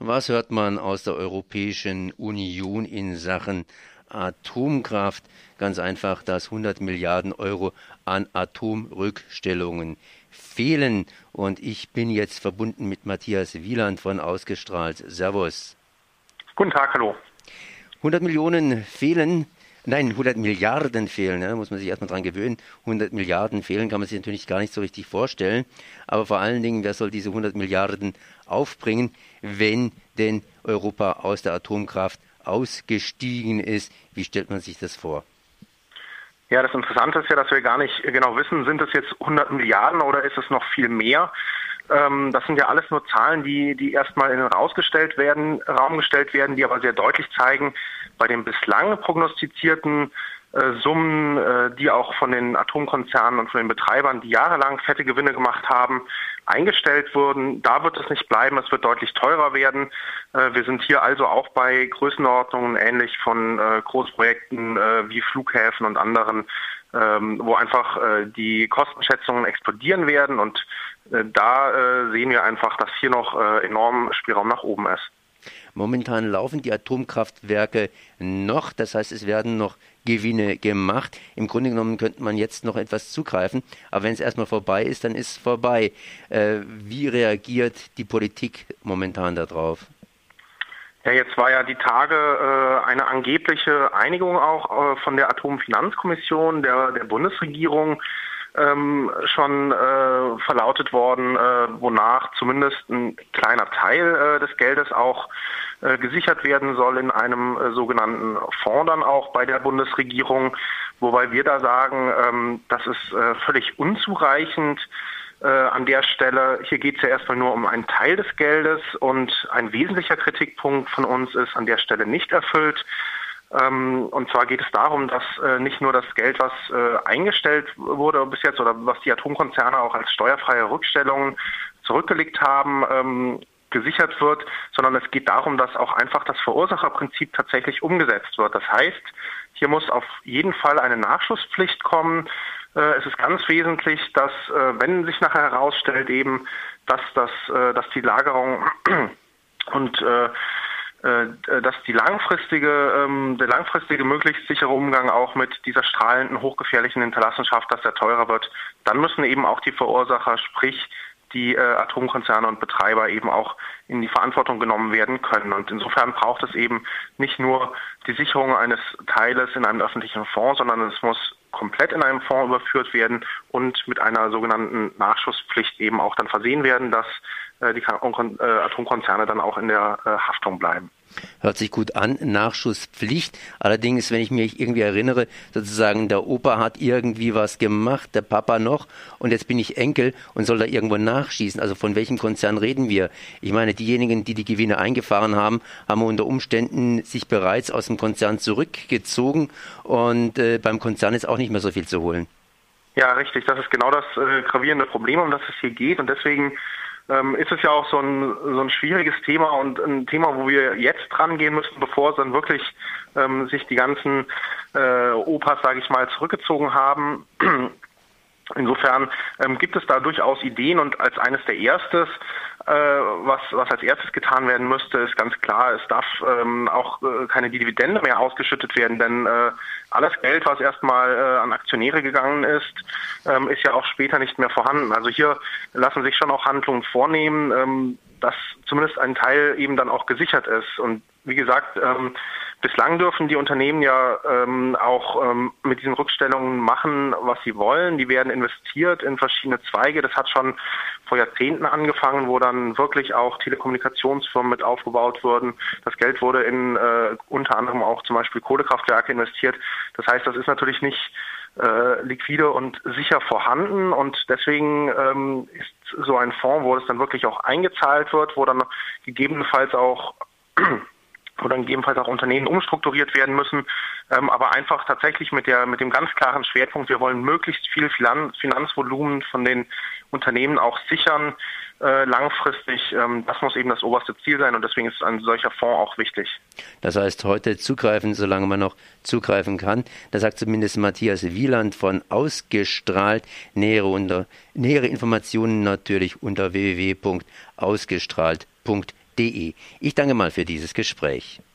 Was hört man aus der Europäischen Union in Sachen Atomkraft? Ganz einfach, dass 100 Milliarden Euro an Atomrückstellungen fehlen. Und ich bin jetzt verbunden mit Matthias Wieland von Ausgestrahlt. Servus. Guten Tag, hallo. 100 Millionen fehlen. Nein, 100 Milliarden fehlen, da muss man sich erstmal dran gewöhnen. 100 Milliarden fehlen kann man sich natürlich gar nicht so richtig vorstellen. Aber vor allen Dingen, wer soll diese 100 Milliarden aufbringen, wenn denn Europa aus der Atomkraft ausgestiegen ist? Wie stellt man sich das vor? Ja, das Interessante ist ja, dass wir gar nicht genau wissen, sind es jetzt 100 Milliarden oder ist es noch viel mehr? Das sind ja alles nur Zahlen, die erstmal in den Raum gestellt werden, die aber sehr deutlich zeigen, bei den bislang prognostizierten Summen, die auch von den Atomkonzernen und von den Betreibern, die jahrelang fette Gewinne gemacht haben, eingestellt wurden. Da wird es nicht bleiben, es wird deutlich teurer werden. Wir sind hier also auch bei Größenordnungen ähnlich von Großprojekten wie Flughäfen und anderen, wo einfach die Kostenschätzungen explodieren werden und da sehen wir einfach, dass hier noch enorm Spielraum nach oben ist. Momentan laufen die Atomkraftwerke noch, das heißt, es werden noch Gewinne gemacht. Im Grunde genommen könnte man jetzt noch etwas zugreifen, aber wenn es erstmal vorbei ist, dann ist es vorbei. Wie reagiert die Politik momentan darauf? Ja, jetzt war ja die Tage eine angebliche Einigung auch von der Atomfinanzkommission der Bundesregierung schon verlautet worden, wonach zumindest ein kleiner Teil des Geldes auch gesichert werden soll in einem sogenannten Fonds dann auch bei der Bundesregierung, wobei wir da sagen, das ist völlig unzureichend. An der Stelle, hier geht es ja erstmal nur um einen Teil des Geldes und ein wesentlicher Kritikpunkt von uns ist an der Stelle nicht erfüllt. Und zwar geht es darum, dass nicht nur das Geld, was eingestellt wurde bis jetzt oder was die Atomkonzerne auch als steuerfreie Rückstellungen zurückgelegt haben, gesichert wird, sondern es geht darum, dass auch einfach das Verursacherprinzip tatsächlich umgesetzt wird. Das heißt, hier muss auf jeden Fall eine Nachschusspflicht kommen. Es ist ganz wesentlich, dass, wenn sich nachher herausstellt eben, dass die Lagerung und dass der langfristige, möglichst sichere Umgang auch mit dieser strahlenden, hochgefährlichen Hinterlassenschaft, dass der teurer wird, dann müssen eben auch die Verursacher, sprich die Atomkonzerne und Betreiber eben auch in die Verantwortung genommen werden können. Und insofern braucht es eben nicht nur die Sicherung eines Teiles in einem öffentlichen Fonds, sondern es muss komplett in einem Fonds überführt werden und mit einer sogenannten Nachschusspflicht eben auch dann versehen werden, dass die Atomkonzerne dann auch in der Haftung bleiben. Hört sich gut an, Nachschusspflicht. Allerdings, wenn ich mich irgendwie erinnere, sozusagen der Opa hat irgendwie was gemacht, der Papa noch und jetzt bin ich Enkel und soll da irgendwo nachschießen. Also von welchem Konzern reden wir? Ich meine, diejenigen, die die Gewinne eingefahren haben, haben unter Umständen sich bereits aus dem Konzern zurückgezogen und beim Konzern ist auch nicht mehr so viel zu holen. Ja, richtig. Das ist genau das gravierende Problem, um das es hier geht und deswegen ist es ja auch so ein schwieriges Thema und ein Thema, wo wir jetzt dran gehen müssen, bevor es dann wirklich sich die ganzen Opas, sage ich mal, zurückgezogen haben. Insofern gibt es da durchaus Ideen und als eines der erstes, was als erstes getan werden müsste, ist ganz klar, es darf auch keine Dividende mehr ausgeschüttet werden, denn alles Geld, was erstmal an Aktionäre gegangen ist, ist ja auch später nicht mehr vorhanden. Also hier lassen sich schon auch Handlungen vornehmen, dass zumindest ein Teil eben dann auch gesichert ist. Und wie gesagt, bislang dürfen die Unternehmen ja auch mit diesen Rückstellungen machen, was sie wollen. Die werden investiert in verschiedene Zweige. Das hat schon vor Jahrzehnten angefangen, wo dann wirklich auch Telekommunikationsfirmen mit aufgebaut wurden. Das Geld wurde in unter anderem auch zum Beispiel Kohlekraftwerke investiert. Das heißt, das ist natürlich nicht liquide und sicher vorhanden und deswegen ist so ein Fonds, wo es dann wirklich auch eingezahlt wird, wo dann gegebenenfalls auch Unternehmen umstrukturiert werden müssen, aber einfach tatsächlich mit dem ganz klaren Schwerpunkt, wir wollen möglichst viel Finanzvolumen von den Unternehmen auch sichern, langfristig. Das muss eben das oberste Ziel sein und deswegen ist ein solcher Fonds auch wichtig. Das heißt, heute zugreifen, solange man noch zugreifen kann. Das sagt zumindest Matthias Wieland von Ausgestrahlt. Nähere Informationen natürlich unter www.ausgestrahlt.de. Ich danke mal für dieses Gespräch.